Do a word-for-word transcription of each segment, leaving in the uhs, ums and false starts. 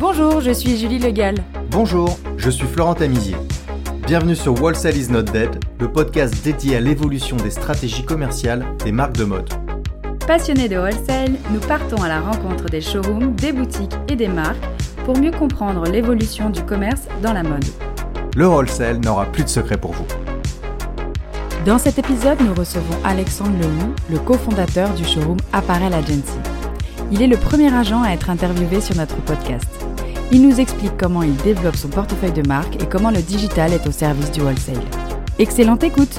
Bonjour, je suis Julie Legal. Bonjour, je suis Florent Tamizier. Bienvenue sur Wholesale is not dead, le podcast dédié à l'évolution des stratégies commerciales des marques de mode. Passionnés de wholesale, nous partons à la rencontre des showrooms, des boutiques et des marques pour mieux comprendre l'évolution du commerce dans la mode. Le wholesale n'aura plus de secret pour vous. Dans cet épisode, nous recevons Alexandre Lehoux, le cofondateur du showroom Apparel Agency. Il est le premier agent à être interviewé sur notre podcast. Il nous explique comment il développe son portefeuille de marque et comment le digital est au service du wholesale. Excellente écoute!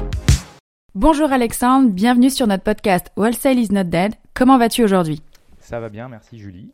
Bonjour Alexandre, bienvenue sur notre podcast Wholesale is not dead. Comment vas-tu aujourd'hui? Ça va bien, merci Julie.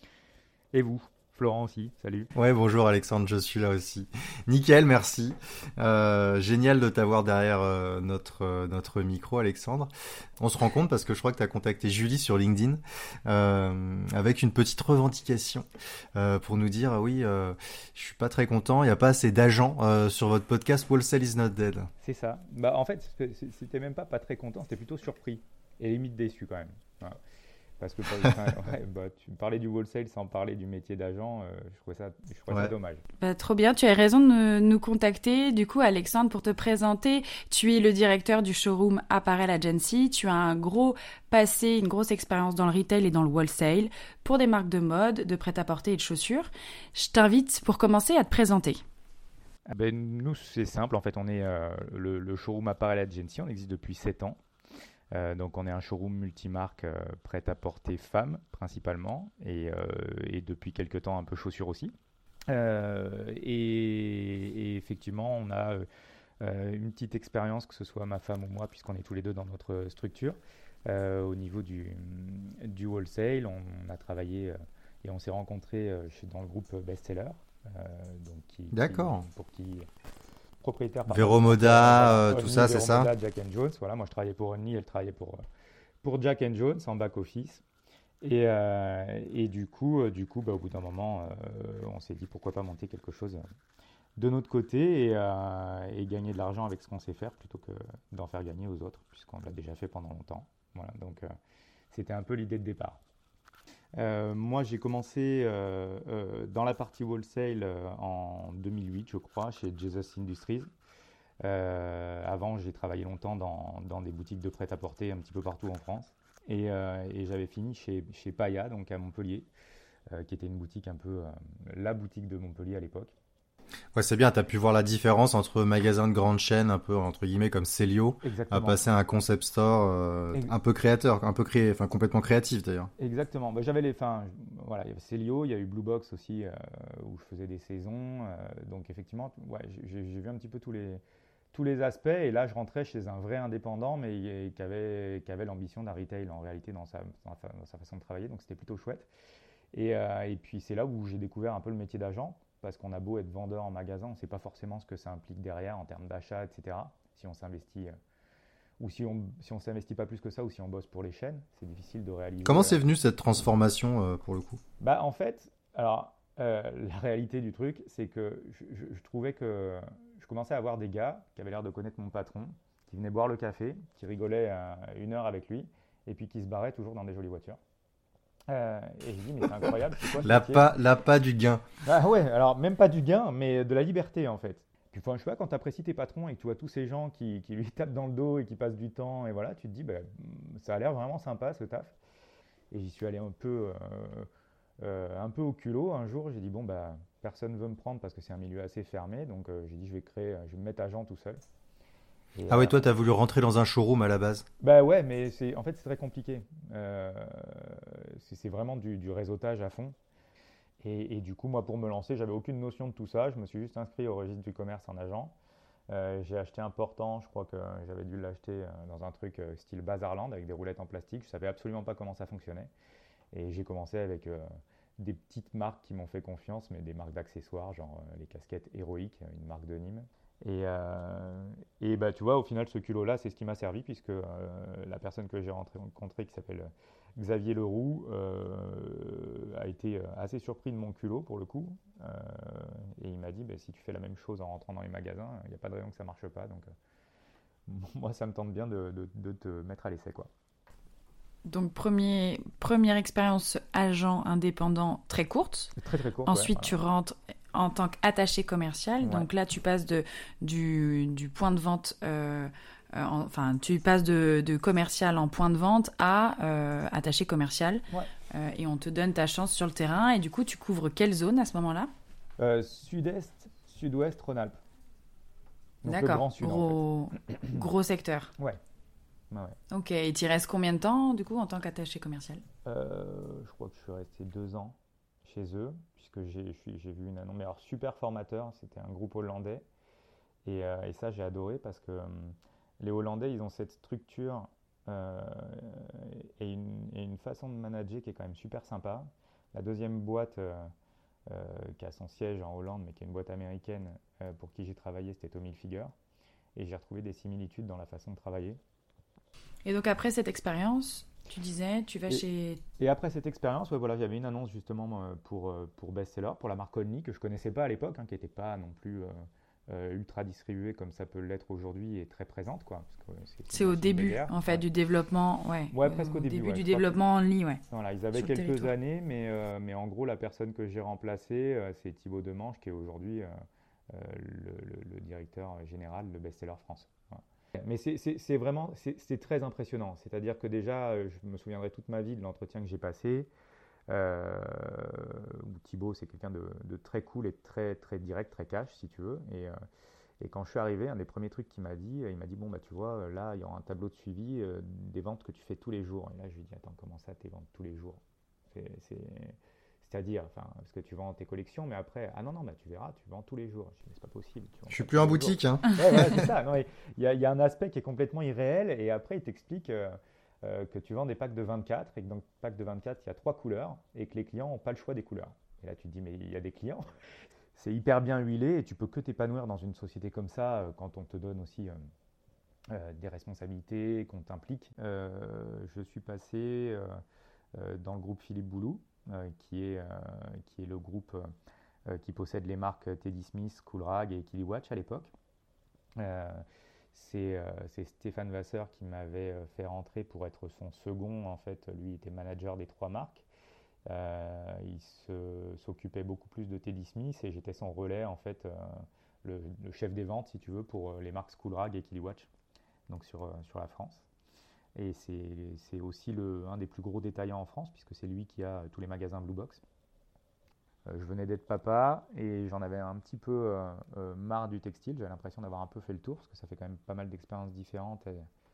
Et vous? Florent aussi, salut. Ouais, bonjour Alexandre, je suis là aussi. Nickel, merci. Euh, génial de t'avoir derrière euh, notre euh, notre micro, Alexandre. On se rend compte parce que je crois que tu as contacté Julie sur LinkedIn euh, avec une petite revendication euh, pour nous dire, oui, euh, je suis pas très content, il n'y a pas assez d'agents euh, sur votre podcast Wholesale is not dead. C'est ça. Bah, en fait, c'était même pas pas très content, c'était plutôt surpris et limite déçu quand même. Voilà. Parce que enfin, ouais, bah, tu parlais du wholesale sans parler du métier d'agent, euh, je trouvais ça, je trouvais ouais. ça dommage. Bah, trop bien, tu as raison de nous contacter. Du coup, Alexandre, pour te présenter, tu es le directeur du showroom Apparel Agency. Tu as un gros passé, une grosse expérience dans le retail et dans le wholesale pour des marques de mode, de prêt-à-porter et de chaussures. Je t'invite, pour commencer, à te présenter. Ah ben, nous, c'est simple. En fait, on est euh, le, le showroom Apparel Agency. On existe depuis sept ans. Euh, donc on est un showroom multimarque euh, prêt-à-porter femmes principalement et, euh, et depuis quelques temps un peu chaussures aussi. Euh, et, et effectivement on a euh, une petite expérience, que ce soit ma femme ou moi, puisqu'on est tous les deux dans notre structure. Euh, au niveau du, du wholesale, on, on a travaillé euh, et on s'est rencontrés euh, chez, dans le groupe Bestseller. Euh, donc qui, D'accord. Qui, pour qui... propriétaire par Vero Moda, euh, Only, tout ça, Vero c'est ça Moda, Jack and Jones. Voilà, moi je travaillais pour Only, elle travaillait pour, pour Jack and Jones en back-office. Et, euh, et du coup, euh, du coup bah, au bout d'un moment, euh, on s'est dit pourquoi pas monter quelque chose de notre côté et, euh, et gagner de l'argent avec ce qu'on sait faire plutôt que d'en faire gagner aux autres, puisqu'on l'a déjà fait pendant longtemps. Voilà, donc euh, c'était un peu l'idée de départ. Euh, moi, j'ai commencé euh, euh, dans la partie wholesale euh, en deux mille huit, je crois, chez Jesus Industries. Euh, avant, j'ai travaillé longtemps dans, dans des boutiques de prêt-à-porter un petit peu partout en France. Et, euh, et j'avais fini chez, chez Paia, donc à Montpellier, euh, qui était une boutique un peu euh, la boutique de Montpellier à l'époque. Ouais, c'est bien, tu as pu voir la différence entre magasins de grande chaîne, un peu entre guillemets comme Célio, à passer à un concept store euh, Ex- un peu créateur, un peu créé, enfin complètement créatif d'ailleurs. Exactement. Bah, j'avais les, enfin, voilà, il y avait Célio, il y a eu Blue Box aussi euh, où je faisais des saisons. Euh, donc effectivement, ouais, j'ai, j'ai vu un petit peu tous les tous les aspects. Et là, je rentrais chez un vrai indépendant, mais qui avait qui avait l'ambition d'un retail en réalité dans sa dans sa, dans sa façon de travailler. Donc c'était plutôt chouette. Et, euh, et puis c'est là où j'ai découvert un peu le métier d'agent. Parce qu'on a beau être vendeur en magasin, on ne sait pas forcément ce que ça implique derrière en termes d'achat, et cetera. Si on s'investit, euh, ou si on si on s'investit pas plus que ça, ou si on bosse pour les chaînes, c'est difficile de réaliser. Comment c'est euh, venu cette transformation euh, pour le coup? Bah en fait, alors euh, la réalité du truc, c'est que je, je, je trouvais que je commençais à avoir des gars qui avaient l'air de connaître mon patron, qui venaient boire le café, qui rigolaient euh, une heure avec lui, et puis qui se barraient toujours dans des jolies voitures. Euh, et je dis mais c'est incroyable, c'est quoi ce métier ? L'appât, l'appât du gain. Ah ouais, alors même pas du gain, mais de la liberté en fait. Puis enfin, je sais pas, quand tu apprécies tes patrons et que tu vois tous ces gens qui, qui lui tapent dans le dos et qui passent du temps, et voilà, tu te dis, bah, ça a l'air vraiment sympa ce taf. Et j'y suis allé un peu, euh, euh, un peu au culot. Un jour, j'ai dit, bon, bah, personne ne veut me prendre parce que c'est un milieu assez fermé, donc euh, j'ai dit, je vais créer, je vais me mettre agent tout seul. Et, ah oui, euh, toi, tu as voulu rentrer dans un showroom à la base. Bah ouais, mais c'est, en fait, c'est très compliqué. Euh, c'est, c'est vraiment du, du réseautage à fond. Et, et du coup, moi, pour me lancer, j'avais aucune notion de tout ça. Je me suis juste inscrit au registre du commerce en agent. Euh, j'ai acheté un portant, je crois que j'avais dû l'acheter dans un truc euh, style Bazarland avec des roulettes en plastique. Je ne savais absolument pas comment ça fonctionnait. Et j'ai commencé avec euh, des petites marques qui m'ont fait confiance, mais des marques d'accessoires, genre euh, les casquettes héroïques, une marque de Nîmes. Et, euh, et bah, tu vois, au final, ce culot-là, c'est ce qui m'a servi, puisque euh, la personne que j'ai rencontrée, qui s'appelle Xavier Leroux, euh, a été assez surpris de mon culot, pour le coup. Euh, et il m'a dit, bah, si tu fais la même chose en rentrant dans les magasins, il n'y a pas de raison que ça ne marche pas. Donc, euh, moi, ça me tente bien de, de, de te mettre à l'essai, quoi. Donc, premier, première expérience agent indépendant très courte. Très, très courte. Ensuite, ouais, tu voilà. rentres en tant qu'attaché commercial. Ouais. Donc là, tu passes de, du, du point de vente... Euh, euh, en, enfin, tu passes de, de commercial en point de vente à euh, attaché commercial. Ouais. Euh, et on te donne ta chance sur le terrain. Et du coup, tu couvres quelle zone à ce moment-là ? Euh, Sud-Est, Sud-Ouest, Rhône-Alpes. Donc D'accord. le Grand Sud, gros, en fait. gros secteur. Ouais. Ouais, ouais. Ok. Et tu restes combien de temps, du coup, en tant qu'attaché commercial ? Euh, je crois que je suis resté deux ans chez eux, puisque j'ai, je suis- j'ai vu une annonce. Mais alors, super formateur, c'était un groupe hollandais. Et, euh, et ça, j'ai adoré parce que hum, les Hollandais, ils ont cette structure euh, et, une, et une façon de manager qui est quand même super sympa. La deuxième boîte euh, euh, qui a son siège en Hollande, mais qui est une boîte américaine euh, pour qui j'ai travaillé, c'était Tommy Hilfiger. Et j'ai retrouvé des similitudes dans la façon de travailler. Et donc, après cette expérience, tu disais, tu vas Et- chez... Et après cette expérience, ouais, voilà, j'avais une annonce justement euh, pour, euh, pour Bestseller, pour la marque Only, que je ne connaissais pas à l'époque, hein, qui n'était pas non plus euh, euh, ultra distribuée comme ça peut l'être aujourd'hui et très présente, quoi. Parce que c'est C'est une au machine de début, guerre. en fait, Ouais. du développement, ouais. Ouais, presque au début, ouais, du je crois développement en ligne, ouais. Voilà, ils avaient sur le quelques territoire. années, mais, euh, mais en gros, la personne que j'ai remplacée, euh, c'est Thibaut Demange, qui est aujourd'hui euh, euh, le, le- le directeur général de Bestseller France. Voilà. Mais c'est c'est- c'est vraiment, c'est c'est très impressionnant. C'est-à-dire que déjà, euh, je me souviendrai toute ma vie de l'entretien que j'ai passé. Euh, où Thibaut, c'est quelqu'un de, de très cool et très, très direct, très cash, si tu veux. Et, euh, et quand je suis arrivé, un des premiers trucs qu'il m'a dit, il m'a dit, bon, bah, tu vois, là, il y aura un tableau de suivi euh, des ventes que tu fais tous les jours. Et là, je lui ai dit, attends, comment ça, tes ventes tous les jours? C'est, c'est- C'est-à-dire, enfin, parce que tu vends tes collections, mais après, ah non, non, bah, tu verras, tu vends tous les jours. Je dis, mais c'est pas possible. Tu vends Je suis pas plus tous en les jours. boutique, hein. Ouais, voilà, c'est ça. Non, il y, a- il y a un aspect qui est complètement irréel et après, il t'explique euh, euh, que tu vends des packs de vingt-quatre et que dans le pack de vingt-quatre, il y a trois couleurs et que les clients n'ont pas le choix des couleurs. Et là, tu te dis, mais il y a des clients. C'est hyper bien huilé et tu peux que t'épanouir dans une société comme ça euh, quand on te donne aussi euh, euh, des responsabilités, qu'on t'implique. Euh, je suis passé euh, euh, dans le groupe Philippe Boulou, euh, qui est, euh, qui est le groupe euh, qui possède les marques Teddy Smith, Coolrag et Kiliwatch à l'époque. Euh, c'est, euh, c'est Stéphane Vasseur qui m'avait euh, fait rentrer pour être son second. En fait, lui était manager des trois marques. Euh, il se- s'occupait beaucoup plus de Teddy Smith et j'étais son relais, en fait, euh, le, le chef des ventes, si tu veux, pour euh, les marques Coolrag et Kiliwatch, donc sur, euh, sur la France. Et c'est, c'est aussi le, un des plus gros détaillants en France, puisque c'est lui qui a tous les magasins Blue Box. Euh, je venais d'être papa et j'en avais un petit peu euh, euh, marre du textile. J'avais l'impression d'avoir un peu fait le tour, parce que ça fait quand même pas mal d'expériences différentes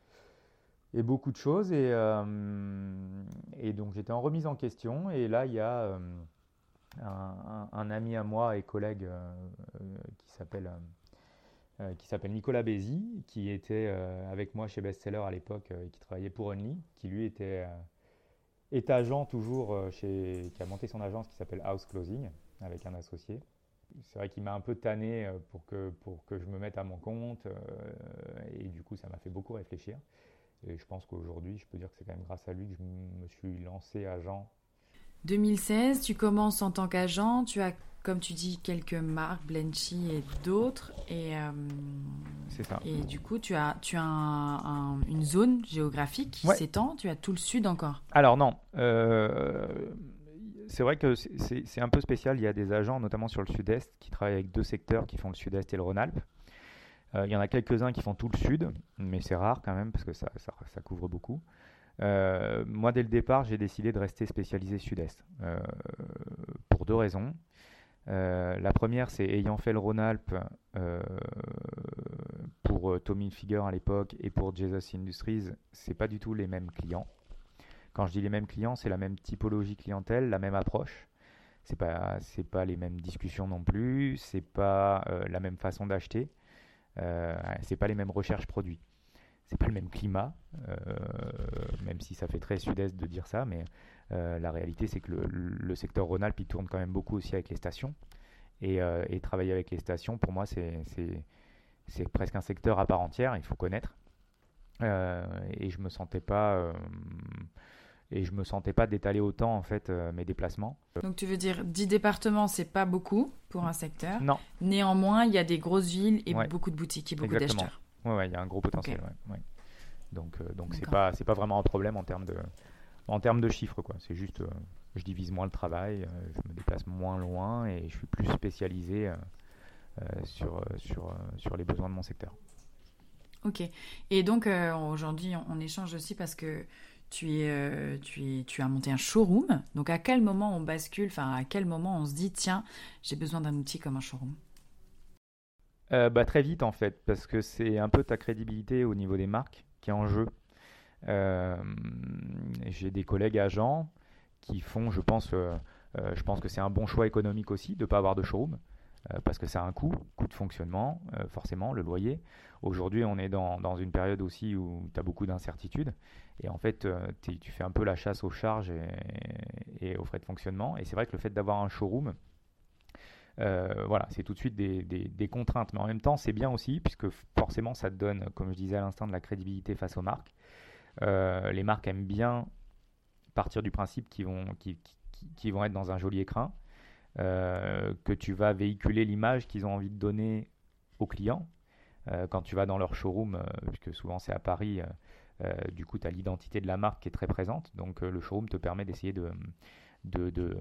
et, et beaucoup de choses. Et, euh, et donc j'étais en remise en question. Et là, il y a euh, un, un- un ami à moi et collègue euh, euh, qui s'appelle... euh, euh, qui s'appelle Nicolas Bézy, qui était euh, avec moi chez Bestseller à l'époque euh, et qui travaillait pour Only, qui lui était, euh, est agent toujours euh, chez, qui a monté son agence qui s'appelle House Closing avec un associé. C'est vrai qu'il m'a un peu tanné euh, pour que, pour que je me mette à mon compte euh, et du coup ça m'a fait beaucoup réfléchir. Et je pense qu'aujourd'hui, je peux dire que c'est quand même grâce à lui que je me suis lancé agent. deux mille seize, tu commences en tant qu'agent, tu as, comme tu dis, quelques marques, Blenchy et d'autres, et, euh, C'est ça. et du coup, tu as, tu as un- un- une zone géographique qui Ouais. s'étend, tu as tout le sud encore. Alors non, euh, c'est vrai que c'est- c'est c'est un peu spécial. Il y a des agents, notamment sur le sud-est, qui travaillent avec deux secteurs qui font le sud-est et le Rhône-Alpes. Euh, il y en a quelques-uns qui font tout le sud, mais c'est rare quand même parce que ça, ça, ça couvre beaucoup. Euh, moi, dès le départ, j'ai décidé de rester spécialisé sud-est euh, pour deux raisons. Euh, la première, c'est ayant fait le Rhône-Alpes euh, pour euh, Tommy Hilfiger à l'époque et pour Jesus Industries, c'est pas du tout les mêmes clients. Quand je dis les mêmes clients, c'est la même typologie clientèle, la même approche. C'est pas, c'est pas les mêmes discussions non plus, c'est pas euh, la même façon d'acheter, euh, c'est pas les mêmes recherches produits. C'est pas le même climat, euh, même si ça fait très sud-est de dire ça, mais euh, la réalité c'est que le, le secteur Rhône-Alpes il tourne quand même beaucoup aussi avec les stations. Et, euh, et travailler avec les stations, pour moi, c'est, c'est, c'est presque un secteur à part entière, il faut connaître. Euh, et je me sentais pas, euh, et je me sentais pas d'étaler autant en fait euh, mes déplacements. Donc tu veux dire dix départements, c'est pas beaucoup pour un secteur. Non, Néanmoins, il y a des grosses villes et Ouais. beaucoup de boutiques et beaucoup Exactement. d'acheteurs. ouais, ouais, il y a un gros potentiel. Ok. Ouais, ouais. Donc, euh, donc c'est D'accord. pas, c'est pas vraiment un problème en termes de, En termes de chiffres, quoi. C'est juste, euh, je divise moins le travail, euh, je me déplace moins loin et je suis plus spécialisé euh, euh, sur, euh, sur, euh, sur les besoins de mon secteur. Ok. Et donc, euh, aujourd'hui, on, on échange aussi parce que tu, es, euh, tu, es, tu as monté un showroom. Donc, à quel moment on bascule, enfin, à quel moment on se dit, tiens, j'ai besoin d'un outil comme un showroom? Euh, bah, très vite, en fait, parce que c'est un peu ta crédibilité au niveau des marques qui est en jeu. Euh, j'ai des collègues agents qui font, je pense, euh, euh, je pense que c'est un bon choix économique aussi de ne pas avoir de showroom. Euh, parce que ça a un coût, coût de fonctionnement, euh, forcément, le loyer. Aujourd'hui, on est dans, dans une période aussi où tu as beaucoup d'incertitudes. Et en fait, euh, tu fais un peu la chasse aux charges et, et aux frais de fonctionnement. Et c'est vrai que le fait d'avoir un showroom, euh, voilà, c'est tout de suite des, des, des contraintes. Mais en même temps, c'est bien aussi, puisque forcément, ça te donne, comme je disais à l'instant, de la crédibilité face aux marques. Euh, les marques aiment bien partir du principe qu'ils vont, qu'ils, qu'ils vont être dans un joli écrin. Euh, que tu vas véhiculer l'image qu'ils ont envie de donner aux clients. Euh, quand tu vas dans leur showroom, euh, puisque souvent c'est à Paris, euh, euh, du coup tu as l'identité de la marque qui est très présente. Donc euh, le showroom te permet d'essayer de, de, de,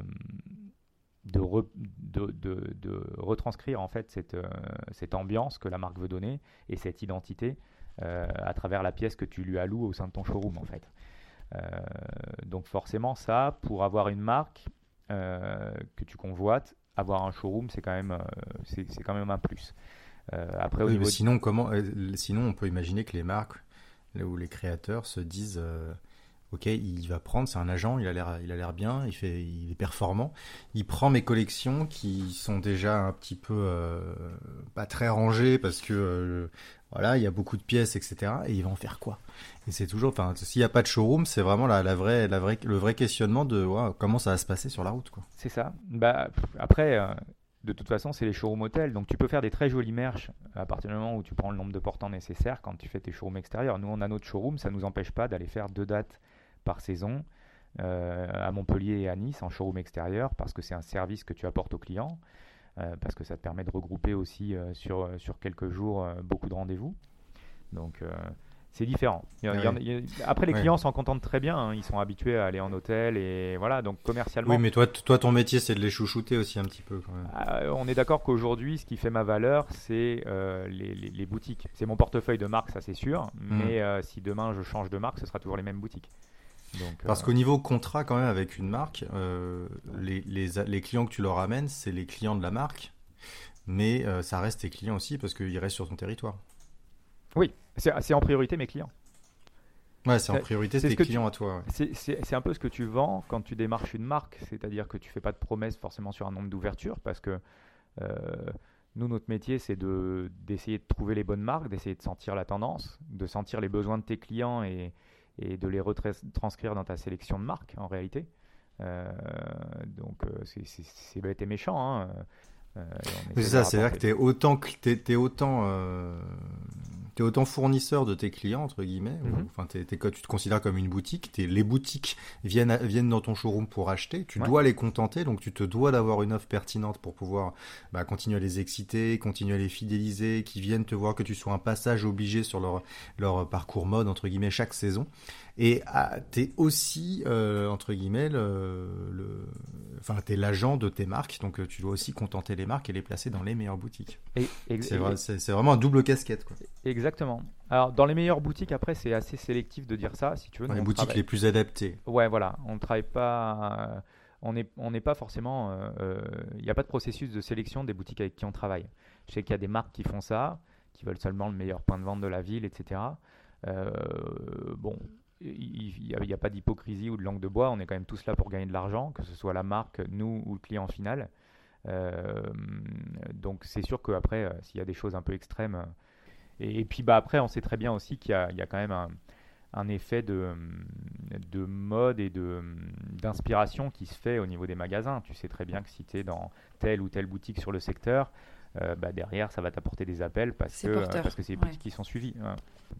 de, re, de, de, de retranscrire en fait cette, euh, cette ambiance que la marque veut donner et cette identité euh, à travers la pièce que tu lui alloues au sein de ton showroom en fait. Euh, donc forcément ça, pour avoir une marque Euh, que tu convoites, avoir un showroom, c'est quand même, euh, c'est, c'est quand même un plus. Euh, après, au Oui, niveau mais de... sinon, comment, euh, sinon, on peut imaginer que les marques ou les créateurs se disent euh, ok, il va prendre, c'est un agent, il a l'air, il a l'air bien, il fait, il est performant. Il prend mes collections qui sont déjà un petit peu euh, pas très rangées parce que euh, voilà, il y a beaucoup de pièces, et cetera. Et il va en faire quoi? Et c'est toujours, enfin, s'il n'y a pas de showroom, c'est vraiment la, la vraie, la vraie, le vrai questionnement de wow, comment ça va se passer sur la route, quoi. C'est ça. Bah, après, euh, de toute façon, c'est les showrooms hôtels. Donc, tu peux faire des très jolis merch à partir du moment où tu prends le nombre de portants nécessaires quand tu fais tes showrooms extérieurs. Nous, on a notre showroom, ça ne nous empêche pas d'aller faire deux dates par saison euh, à Montpellier et à Nice en showroom extérieur parce que c'est un service que tu apportes aux clients, euh, parce que ça te permet de regrouper aussi euh, sur, sur quelques jours euh, beaucoup de rendez-vous. Donc, euh, c'est différent. Il y a, Ouais. il y en a, il y a, après, les Ouais. clients s'en contentent très bien. Hein. Ils sont habitués à aller en hôtel et voilà. Donc, commercialement. Oui, mais toi, t- toi, ton métier, c'est de les chouchouter aussi un petit peu, quand même. Euh, on est d'accord qu'aujourd'hui, ce qui fait ma valeur, c'est euh, les, les, les boutiques. C'est mon portefeuille de marque, ça c'est sûr. Mais euh, si demain je change de marque, ce sera toujours les mêmes boutiques. Donc, Parce euh, qu'au niveau contrat, quand même, avec une marque, euh, les, les, les clients que tu leur amènes, c'est les clients de la marque, mais euh, ça reste tes clients aussi parce qu'ils restent sur ton territoire. Oui, c'est, c'est en priorité mes clients. Ouais, c'est en C'est- priorité c'est tes ce que clients tu- à toi. Ouais. C'est, c'est, c'est un peu ce que tu vends quand tu démarches une marque, c'est-à-dire que tu fais pas de promesses forcément sur un nombre d'ouvertures, parce que euh, nous, notre métier, c'est de, d'essayer de trouver les bonnes marques, d'essayer de sentir la tendance, de sentir les besoins de tes clients et, et de les retranscrire dans ta sélection de marques, en réalité. Euh, donc, euh, c'est, c'est, c'est bête et méchant. Hein. Euh, et on C'est essaie ça, de c'est-à-dire que rapporter- t'es autant, que- t'es, t'es autant, euh, t'es autant fournisseur de tes clients, entre guillemets. ou- Mhm. Enfin, t'es, t'es, tu te considères comme une boutique. T'es, les boutiques viennent, à- viennent dans ton showroom pour acheter. Tu Ouais. dois les contenter, donc tu te dois d'avoir une offre pertinente pour pouvoir bah, continuer à les exciter, continuer à les fidéliser, qu'ils viennent te voir, que tu sois un passage obligé sur leur, leur parcours mode, entre guillemets, chaque saison. Et ah, t'es aussi, euh, entre guillemets, le, le, enfin, t'es l'agent de tes marques, donc euh, tu dois aussi contenter les marques et les placer dans les meilleures boutiques. Et- et- C'est, et- vrai, c'est, c'est vraiment un double casquette, quoi. Exactement. Alors, dans les meilleures boutiques, après, c'est assez sélectif de dire ça, si tu veux. Dans nous, les on boutiques travaille- les plus adaptées. Ouais, voilà. On ne travaille pas. euh, on n'est on n'est pas forcément. Il n'y a pas de processus de sélection des boutiques avec qui on travaille. Je sais qu'il y a des marques qui font ça, qui veulent seulement le meilleur point de vente de la ville, et cetera. Euh, bon, il n'y a, il y a pas d'hypocrisie ou de langue de bois. On est quand même tous là pour gagner de l'argent, que ce soit la marque, nous ou le client final. Euh, donc, c'est sûr qu'après, euh, s'il y a des choses un peu extrêmes. euh, Et, et puis bah, après, on sait très bien aussi qu'il y a, il y a quand même un, un effet de, de mode et de, d'inspiration qui se fait au niveau des magasins. Tu sais très bien que si tu es dans telle ou telle boutique sur le secteur, euh, bah, derrière, ça va t'apporter des appels parce C'est que, euh, porteur, parce que c'est des ouais. boutiques qui sont suivies. Hein.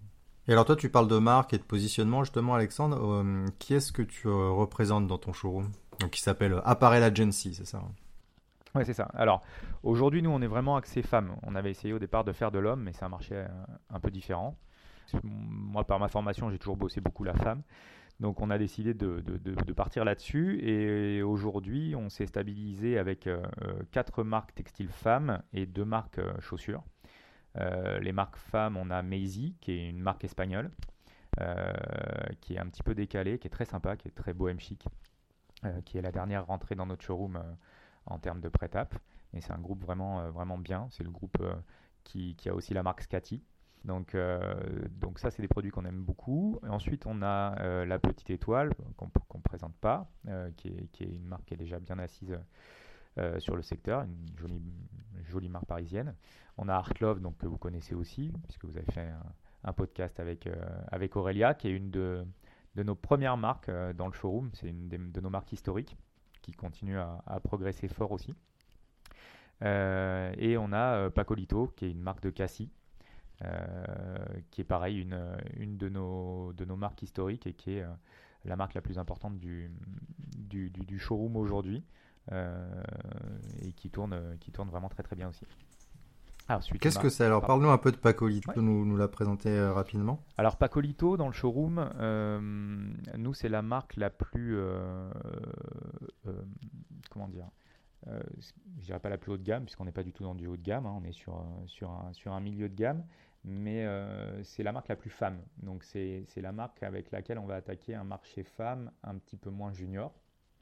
Et alors toi, tu parles de marque et de positionnement, justement, Alexandre. Euh, qui est-ce que tu euh, représentes dans ton showroom? Donc, qui s'appelle euh, Apparel Agency, c'est ça? hein Ouais, c'est ça. Alors, aujourd'hui, nous, on est vraiment axé femmes. On avait essayé au départ de faire de l'homme, mais c'est un marché euh, un peu différent. Moi, par ma formation, j'ai toujours bossé beaucoup la femme. Donc on a décidé de, de, de, de partir là-dessus et aujourd'hui on s'est stabilisé avec euh, quatre marques textiles femmes et deux marques euh, chaussures. Euh, les marques femmes, on a Maisy qui est une marque espagnole euh, qui est un petit peu décalée, qui est très sympa, qui est très bohème chic, euh, qui est la dernière rentrée dans notre showroom euh, en termes de prêt-à-p. Et c'est un groupe vraiment, euh, vraiment bien. C'est le groupe euh, qui, qui a aussi la marque Scati. Donc, euh, donc ça, c'est des produits qu'on aime beaucoup. Et ensuite, on a euh, la Petite Étoile, qu'on ne présente pas, euh, qui, est, qui est une marque qui est déjà bien assise euh, sur le secteur, une jolie, jolie marque parisienne. On a Art Love, donc, que vous connaissez aussi, puisque vous avez fait un, un podcast avec, euh, avec Aurélia, qui est une de, de nos premières marques euh, dans le showroom. C'est une de, de nos marques historiques, qui continue à, à progresser fort aussi. Euh, et on a euh, Pacolito, qui est une marque de Cassis, Euh, qui est pareil une, une de, nos, de nos marques historiques et qui est euh, la marque la plus importante du, du, du, du showroom aujourd'hui euh, et qui tourne, qui tourne vraiment très très bien aussi. Alors, qu'est-ce que c'est? Alors parle-nous un peu de Pacolito, ouais. Tu peux nous, nous la présenter euh, rapidement? Alors Pacolito dans le showroom, euh, nous c'est la marque la plus, euh, euh, comment dire, euh, je dirais pas la plus haut de gamme puisqu'on n'est pas du tout dans du haut de gamme, hein, on est sur, sur, un, sur un milieu de gamme. Mais euh, c'est la marque la plus femme. Donc c'est, c'est la marque avec laquelle on va attaquer un marché femme un petit peu moins junior,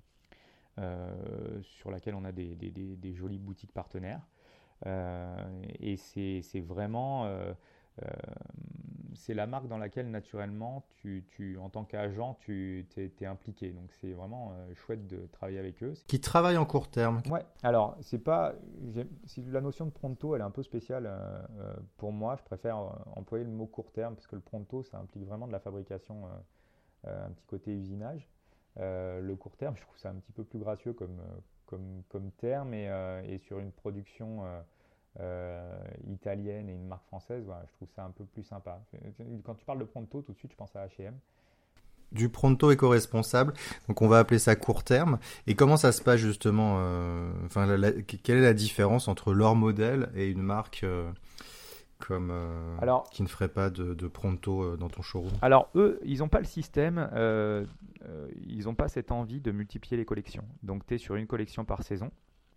euh, sur laquelle on a des, des, des, des jolies boutiques partenaires. Euh, et c'est, c'est vraiment euh, euh, c'est la marque dans laquelle naturellement tu, tu, en tant qu'agent tu es impliqué, donc c'est vraiment euh, chouette de travailler avec eux. Qui travaillent en court terme. Ouais, alors c'est pas c'est, la notion de pronto elle est un peu spéciale euh, euh, pour moi, je préfère euh, employer le mot court terme parce que le pronto ça implique vraiment de la fabrication, euh, euh, un petit côté usinage. Euh, le court terme je trouve ça un petit peu plus gracieux comme, comme, comme terme et, euh, et sur une production euh, Euh, italienne et une marque française, voilà, je trouve ça un peu plus sympa. Quand tu parles de pronto, tout de suite, je pense à H et M. Du pronto éco-responsable, donc on va appeler ça court terme. Et comment ça se passe justement euh, enfin, la, la, quelle est la différence entre leur modèle et une marque euh, comme euh, alors, qui ne ferait pas de, de pronto euh, dans ton showroom? Alors eux, ils n'ont pas le système, euh, euh, ils n'ont pas cette envie de multiplier les collections. Donc tu es sur une collection par saison.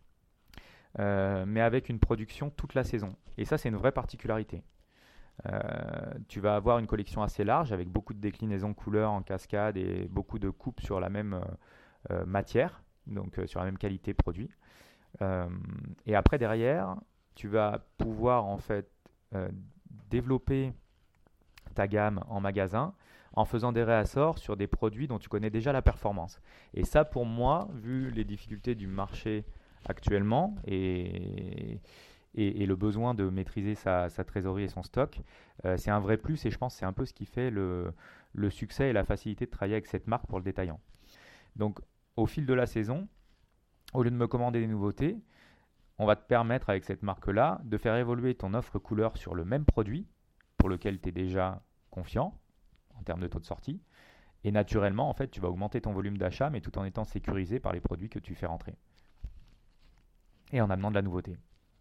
Euh, mais avec une production toute la saison. Et ça, c'est une vraie particularité. Euh, tu vas avoir une collection assez large avec beaucoup de déclinaisons couleurs en cascade et beaucoup de coupes sur la même euh, matière, donc euh, sur la même qualité produit. Euh, et après, derrière, tu vas pouvoir en fait euh, développer ta gamme en magasin en faisant des réassorts sur des produits dont tu connais déjà la performance. Et ça, pour moi, vu les difficultés du marché actuellement et, et, et le besoin de maîtriser sa, sa trésorerie et son stock, euh, c'est un vrai plus et je pense que c'est un peu ce qui fait le, le succès et la facilité de travailler avec cette marque pour le détaillant. Donc au fil de la saison, au lieu de me commander des nouveautés, on va te permettre avec cette marque-là de faire évoluer ton offre couleur sur le même produit pour lequel tu es déjà confiant en termes de taux de sortie et naturellement en fait tu vas augmenter ton volume d'achat mais tout en étant sécurisé par les produits que tu fais rentrer. Et en amenant de la nouveauté.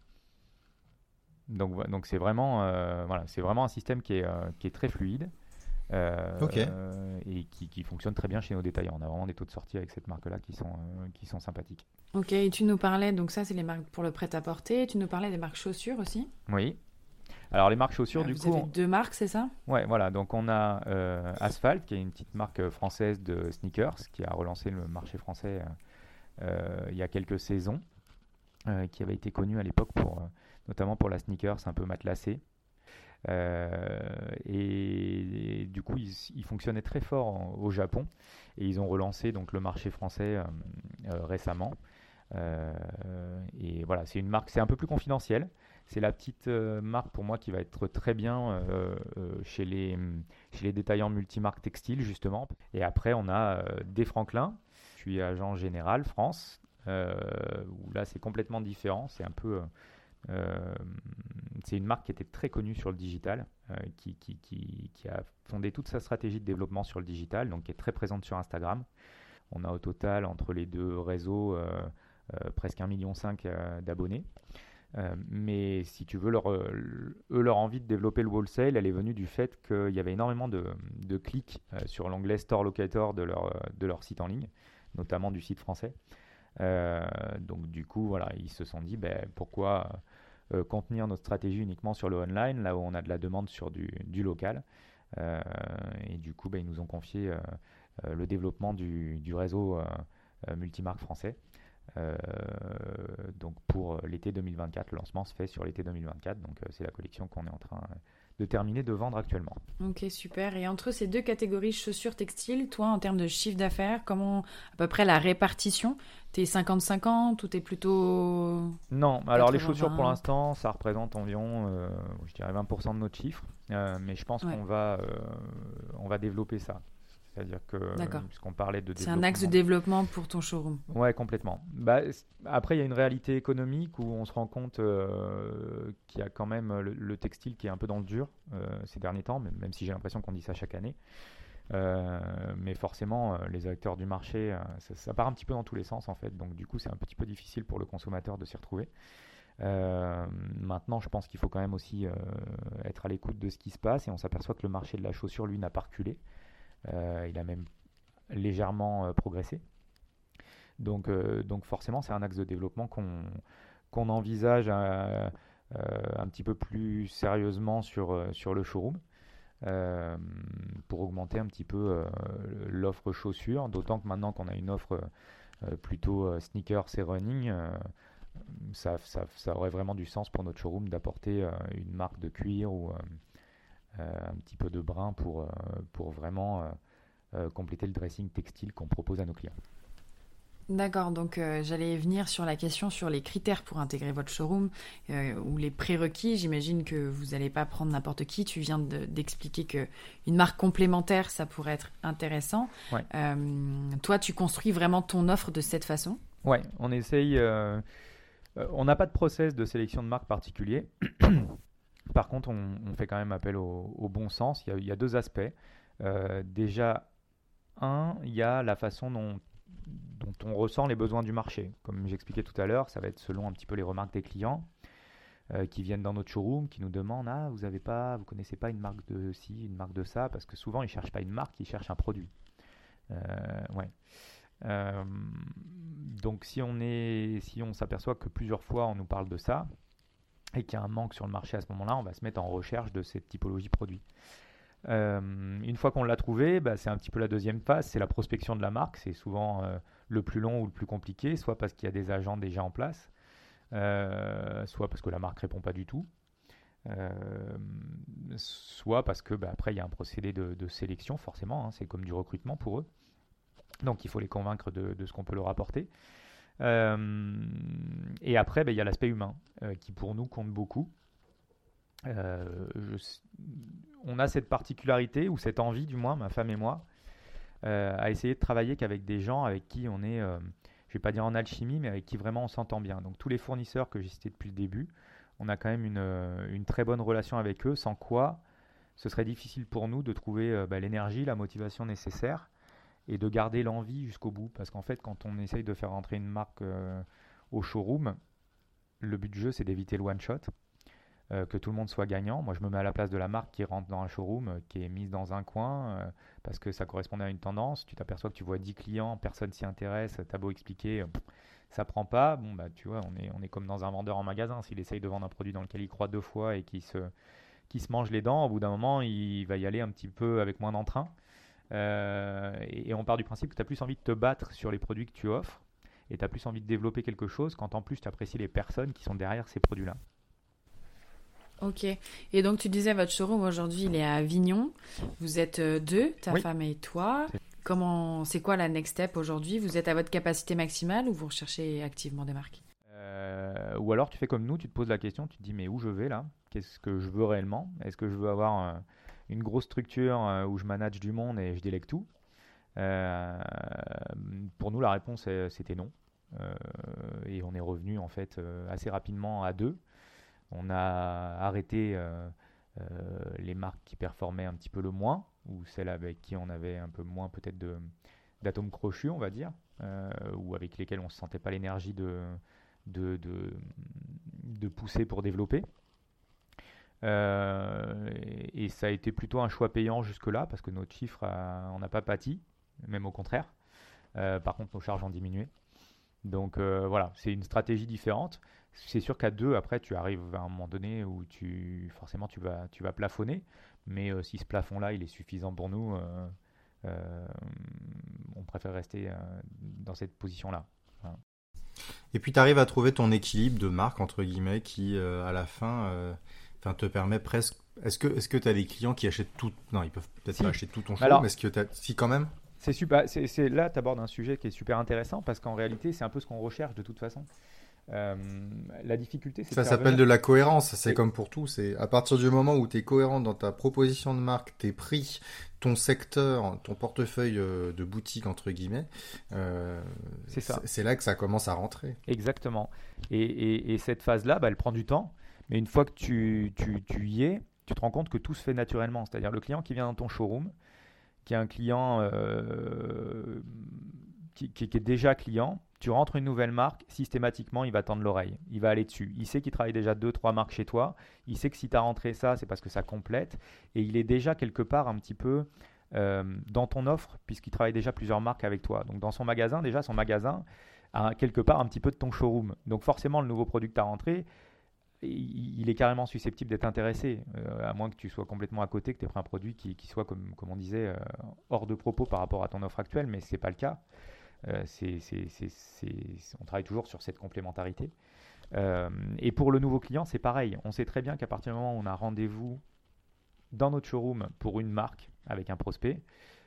Donc, donc c'est vraiment, euh, voilà, c'est vraiment un système qui est, euh, qui est très fluide euh, okay. euh, et qui, qui fonctionne très bien chez nos détaillants. On a vraiment des taux de sortie avec cette marque-là qui sont, euh, qui sont sympathiques. Ok, et tu nous parlais, donc ça c'est les marques pour le prêt-à-porter, tu nous parlais des marques chaussures aussi? Oui. Alors les marques chaussures, Alors, du vous coup... Vous avez on... deux marques, c'est ça? Ouais, voilà, donc on a euh, Asphalt, qui est une petite marque française de sneakers, qui a relancé le marché français euh, il y a quelques saisons. Euh, qui avait été connu à l'époque pour, euh, notamment pour la sneakers un peu matelassée. Euh, et, et du coup, ils, ils fonctionnaient très fort en, au Japon et ils ont relancé donc, le marché français euh, euh, récemment. Euh, et voilà, c'est une marque, c'est un peu plus confidentiel. C'est la petite euh, marque pour moi qui va être très bien euh, euh, chez, les, chez les détaillants multimarques textiles justement. Et après, on a euh, des Franklin. Je suis agent général France. Euh, où là c'est complètement différent, c'est un peu euh, c'est une marque qui était très connue sur le digital, euh, qui, qui, qui, qui a fondé toute sa stratégie de développement sur le digital, donc qui est très présente sur Instagram. On a au total entre les deux réseaux euh, euh, presque un virgule cinq million euh, d'abonnés Euh, mais si tu veux, leur, eux, leur envie de développer le wholesale, elle est venue du fait qu'il y avait énormément de, de clics euh, sur l'onglet Store Locator de leur, de leur site en ligne, notamment du site français. Euh, donc du coup, voilà, ils se sont dit, ben, pourquoi euh, contenir notre stratégie uniquement sur le online, là où on a de la demande sur du, du local. Euh, et du coup, ben, ils nous ont confié euh, euh, le développement du, du réseau euh, euh, multimarque français. Euh, donc pour l'été deux mille vingt-quatre, le lancement se fait sur l'été deux mille vingt-quatre, donc euh, c'est la collection qu'on est en train de terminer de vendre actuellement. Ok, super. Et entre ces deux catégories, chaussures, textiles, toi, en termes de chiffre d'affaires, comment à peu près la répartition? T'es cinquante cinquante ou t'es plutôt... Non, alors les quatre-vingts chaussures pour l'instant, ça représente environ, euh, je dirais vingt pour cent de notre chiffre, euh, mais je pense Ouais. qu'on va, euh, on va développer ça. C'est-à-dire que, D'accord. puisqu'on parlait de C'est développement... un axe de développement pour ton showroom. Ouais, complètement. Bah, c- après, il y a une réalité économique où on se rend compte euh, qu'il y a quand même le, le textile qui est un peu dans le dur euh, ces derniers temps, même, même si j'ai l'impression qu'on dit ça chaque année. Euh, mais forcément, euh, les acteurs du marché, euh, ça, ça part un petit peu dans tous les sens en fait. Donc du coup, c'est un petit peu difficile pour le consommateur de s'y retrouver. Euh, maintenant, je pense qu'il faut quand même aussi euh, être à l'écoute de ce qui se passe et on s'aperçoit que le marché de la chaussure, lui, n'a pas reculé. Euh, il a même légèrement euh, progressé. Donc, euh, donc forcément, c'est un axe de développement qu'on qu'on envisage euh, euh, un petit peu plus sérieusement sur, euh, sur le showroom euh, pour augmenter un petit peu euh, l'offre chaussures, d'autant que maintenant qu'on a une offre euh, plutôt euh, sneakers et running, euh, ça, ça, ça aurait vraiment du sens pour notre showroom d'apporter euh, une marque de cuir ou euh, euh, un petit peu de brin pour, euh, pour vraiment euh, euh, compléter le dressing textile qu'on propose à nos clients. D'accord, donc euh, j'allais venir sur la question sur les critères pour intégrer votre showroom euh, ou les prérequis. J'imagine que vous n'allez pas prendre n'importe qui. Tu viens de, d'expliquer qu'une marque complémentaire, ça pourrait être intéressant. Ouais. Euh, toi, tu construis vraiment ton offre de cette façon? Ouais, on essaye. Euh, euh, on n'a pas de process de sélection de marque particulier. Par contre, on, on fait quand même appel au, au bon sens. Il y a, il y a deux aspects. Euh, déjà, un, il y a la façon dont dont on ressent les besoins du marché. Comme j'expliquais tout à l'heure, ça va être selon un petit peu les remarques des clients euh, qui viennent dans notre showroom, qui nous demandent ah vous avez pas, vous connaissez pas une marque de ci, une marque de ça, parce que souvent ils cherchent pas une marque, ils cherchent un produit. Euh, ouais. Euh, donc si on est, si on s'aperçoit que plusieurs fois on nous parle de ça et qu'il y a un manque sur le marché à ce moment-là, on va se mettre en recherche de cette typologie de produits. Euh, une fois qu'on l'a trouvé, bah, c'est un petit peu la deuxième phase, c'est la prospection de la marque. C'est souvent euh, le plus long ou le plus compliqué, soit parce qu'il y a des agents déjà en place, euh, soit parce que la marque répond pas du tout, euh, soit parce que bah, après il y a un procédé de, de sélection forcément, hein, c'est comme du recrutement pour eux. Donc il faut les convaincre de, de ce qu'on peut leur apporter. Euh, et après, bah, il y a l'aspect humain euh, qui pour nous compte beaucoup. Euh, je, on a cette particularité ou cette envie, du moins, ma femme et moi, euh, à essayer de travailler qu'avec des gens avec qui on est, euh, je vais pas dire en alchimie, mais avec qui vraiment on s'entend bien. Donc tous les fournisseurs que j'ai cités depuis le début, on a quand même une, une très bonne relation avec eux, sans quoi ce serait difficile pour nous de trouver euh, bah, l'énergie, la motivation nécessaire et de garder l'envie jusqu'au bout. Parce qu'en fait, quand on essaye de faire rentrer une marque euh, au showroom, le but du jeu, c'est d'éviter le one-shot. Euh, que tout le monde soit gagnant. Moi, je me mets à la place de la marque qui rentre dans un showroom, euh, qui est mise dans un coin, euh, parce que ça correspondait à une tendance. Tu t'aperçois que tu vois dix clients, personne s'y intéresse, t'as beau expliquer, euh, pff, ça prend pas. Bon, bah, tu vois, on est, on est comme dans un vendeur en magasin. S'il essaye de vendre un produit dans lequel il croit deux fois et qui se, qui se mange les dents, au bout d'un moment, il va y aller un petit peu avec moins d'entrain. Euh, et, et on part du principe que tu as plus envie de te battre sur les produits que tu offres, et tu as plus envie de développer quelque chose quand en plus tu apprécies les personnes qui sont derrière ces produits-là. Ok. Et donc, tu disais, votre showroom aujourd'hui, il est à Avignon. Vous êtes euh, deux, ta Oui. femme et toi. Comment, c'est quoi la next step aujourd'hui? Vous êtes à votre capacité maximale ou vous recherchez activement des marques? Euh, ou alors tu fais comme nous, tu te poses la question, tu te dis mais où je vais là? Qu'est-ce que je veux réellement? Est-ce que je veux avoir euh, une grosse structure euh, où je manage du monde et je délègue tout? Euh, pour nous, la réponse est- c'était non. Euh, et on est revenu en fait euh, assez rapidement à deux. On a arrêté euh, euh, les marques qui performaient un petit peu le moins, ou celles avec qui on avait un peu moins peut-être de, d'atomes crochus, on va dire, euh, ou avec lesquelles on ne sentait pas l'énergie de, de, de, de pousser pour développer. Euh, et, et ça a été plutôt un choix payant jusque-là parce que notre chiffre, a, on n'a pas pâti, même au contraire. Euh, par contre, nos charges ont diminué. Donc euh, voilà, c'est une stratégie différente. C'est sûr qu'à deux, après, tu arrives à un moment donné où tu, forcément tu vas, tu vas plafonner. Mais euh, si ce plafond-là, il est suffisant pour nous, euh, euh, on préfère rester euh, dans cette position-là. Voilà. Et puis tu arrives à trouver ton équilibre de marque, entre guillemets, qui euh, à la fin euh, te permet presque... Est-ce que est-ce que tu as des clients qui achètent tout... Non, ils peuvent peut-être si. pas acheter tout ton show, mais est-ce que tu as... Si, quand même. C'est super, c'est, c'est, là, tu abordes un sujet qui est super intéressant parce qu'en réalité, c'est un peu ce qu'on recherche de toute façon. Euh, la difficulté, c'est ça de s'appelle venir... de la cohérence. C'est et... comme pour tout. C'est à partir du moment où tu es cohérent dans ta proposition de marque, tes prix, ton secteur, ton portefeuille de boutique entre guillemets, euh, c'est, ça. C'est, c'est là que ça commence à rentrer. Exactement. Et, et, et cette phase-là, bah, elle prend du temps. Mais une fois que tu, tu, tu y es, tu te rends compte que tout se fait naturellement. C'est-à-dire le client qui vient dans ton showroom, qui est un client euh, qui, qui, qui est déjà client, tu rentres une nouvelle marque, systématiquement, il va tendre l'oreille. Il va aller dessus. Il sait qu'il travaille déjà deux, trois marques chez toi. Il sait que si tu as rentré ça, c'est parce que ça complète. Et il est déjà quelque part un petit peu euh, dans ton offre, puisqu'il travaille déjà plusieurs marques avec toi. Donc dans son magasin, déjà, son magasin a quelque part un petit peu de ton showroom. Donc forcément, le nouveau produit que tu as rentré, il est carrément susceptible d'être intéressé, euh, à moins que tu sois complètement à côté, que tu aies pris un produit qui, qui soit, comme, comme on disait, euh, hors de propos par rapport à ton offre actuelle, mais ce n'est pas le cas. Euh, c'est, c'est, c'est, c'est, on travaille toujours sur cette complémentarité. Euh, et pour le nouveau client, c'est pareil. On sait très bien qu'à partir du moment où on a rendez-vous dans notre showroom pour une marque avec un prospect,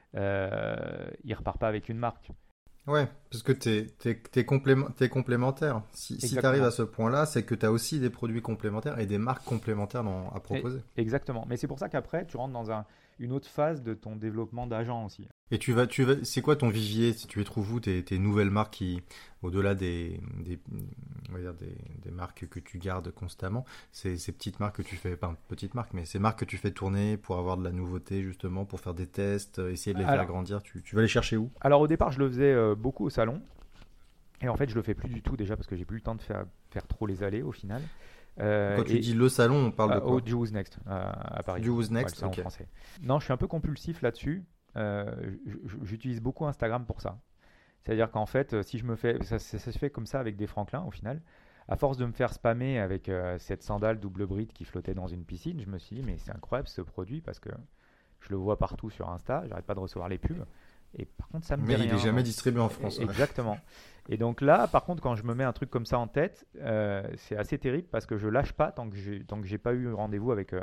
euh, il ne repart pas avec une marque. Ouais, parce que t'es, t'es, t'es, complément, t'es complémentaire. Si, si tu arrives à ce point-là, c'est que tu as aussi des produits complémentaires et des marques complémentaires dans, à proposer. Et, exactement. Mais c'est pour ça qu'après, tu rentres dans un, une autre phase de ton développement d'agent aussi. Et tu vas, tu vas, c'est quoi ton vivier? Si tu les trouves où tes, tes nouvelles marques qui, au-delà des, des, on va dire des, des marques que tu gardes constamment, ces, ces petites marques que tu fais, pas petites marques, mais ces marques que tu fais tourner pour avoir de la nouveauté justement, pour faire des tests, essayer de les alors, faire grandir, tu, tu vas les chercher où? Alors au départ, je le faisais euh, beaucoup au salon, et en fait, je le fais plus du tout déjà parce que j'ai plus le temps de faire, faire trop les allées au final. Euh, Quand tu dis le salon, on parle euh, de quoi? Au Du Who's Next euh, à Paris. Du Who's Next, ouais, le salon ok. français. Non, je suis un peu compulsif là-dessus. Euh, j'utilise beaucoup Instagram pour ça. C'est-à-dire qu'en fait, si je me fais, ça, ça, ça se fait comme ça avec des Franklin au final. À force de me faire spammer avec euh, cette sandale double bride qui flottait dans une piscine, je me suis dit mais c'est incroyable ce produit parce que je le vois partout sur Insta, j'arrête pas de recevoir les pubs. Et par contre, ça me dit mais rien. Mais il est jamais distribué en France. Et, exactement. Et donc là, par contre, quand je me mets un truc comme ça en tête, euh, c'est assez terrible parce que je lâche pas tant que j'ai tant que j'ai pas eu rendez-vous avec. Euh,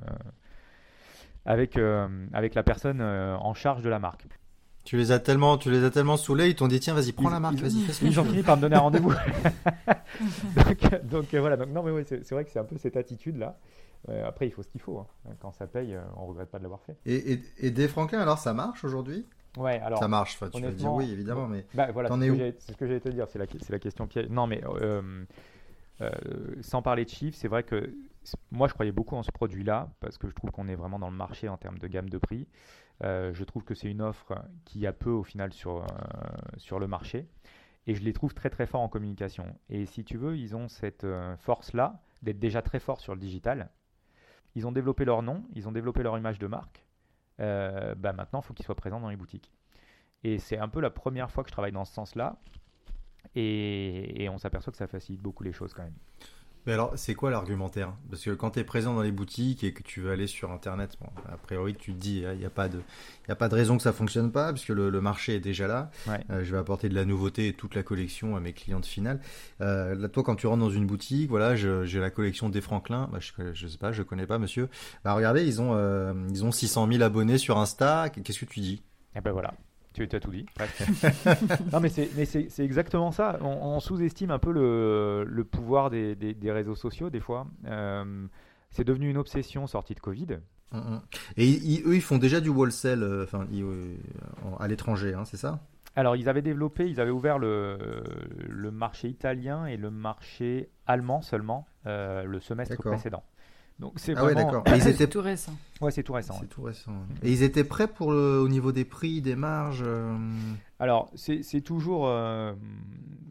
Avec, euh, avec la personne euh, en charge de la marque. Tu les as tellement, tu les as tellement saoulés, ils t'ont dit tiens vas-y prends ils, la marque, ils, vas-y fais-le. Ils ont fini par me donner un rendez-vous. donc, donc euh, voilà, donc non mais oui, c'est, c'est vrai que c'est un peu cette attitude là. Euh, après il faut ce qu'il faut. Hein. Quand ça paye, euh, on regrette pas de l'avoir fait. Et, et, et des Franklin alors ça marche aujourd'hui? Ouais, alors. Ça marche, tu vas dire oui évidemment, mais. Bah, voilà, t'en c'est, es ce où? c'est ce que j'allais te dire, c'est la, c'est la question piège. Non mais euh, euh, sans parler de chiffres, c'est vrai que moi je croyais beaucoup en ce produit-là parce que je trouve qu'on est vraiment dans le marché en termes de gamme de prix. Euh, je trouve que c'est une offre qui a peu au final sur, euh, sur le marché et je les trouve très très forts en communication. Et si tu veux, ils ont cette euh, force-là d'être déjà très forts sur le digital. Ils ont développé leur nom, ils ont développé leur image de marque. Euh, bah maintenant, il faut qu'ils soient présents dans les boutiques. Et c'est un peu la première fois que je travaille dans ce sens-là. Et, et on s'aperçoit que ça facilite beaucoup les choses quand même. Mais alors, c'est quoi l'argumentaire? Parce que quand tu es présent dans les boutiques et que tu veux aller sur Internet, bon, a priori, tu te dis, il n'y a pas de, il y a pas de raison que ça fonctionne pas, puisque le, le marché est déjà là. Ouais. Euh, je vais apporter de la nouveauté et toute la collection à mes clientes finales. Euh, là, toi, quand tu rentres dans une boutique, voilà, je, j'ai la collection des Franklin. Bah, je, je sais pas, je connais pas, monsieur. Bah, regardez, ils ont, euh, ils ont six cent mille abonnés sur Insta. Qu'est-ce que tu dis? Eh ben voilà. Tu as tout dit. Non, mais c'est, mais c'est, c'est exactement ça. On, on sous-estime un peu le, le pouvoir des, des, des réseaux sociaux, des fois. Euh, c'est devenu une obsession sortie de Covid. Mmh. Et ils, eux, ils font déjà du wholesale euh, enfin, ils, euh, à l'étranger, hein, c'est ça? Alors, ils avaient développé, ils avaient ouvert le, le marché italien et le marché allemand seulement euh, le semestre D'accord. précédent. Donc c'est ah vraiment... ouais, d'accord. Ils étaient... C'est tout récent. Ouais, c'est tout récent. C'est ouais. tout récent. Ouais. Et ils étaient prêts pour le, au niveau des prix, des marges euh... Alors, c'est, c'est toujours... Euh,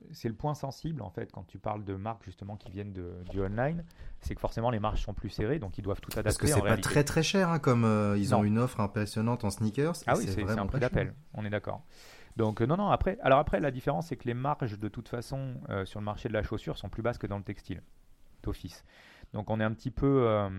c'est le point sensible en fait quand tu parles de marques justement qui viennent de, du online, c'est que forcément les marges sont plus serrées, donc ils doivent tout adapter. Parce que c'est en pas réalité. très très cher, hein, comme euh, ils Non. ont une offre impressionnante en sneakers. Ah et oui, c'est, c'est, c'est vraiment un prix pas d'appel, cher. on est d'accord. Donc euh, non, non, après, alors après la différence c'est que les marges de toute façon euh, sur le marché de la chaussure sont plus basses que dans le textile, d'office. Donc on est un petit peu, euh,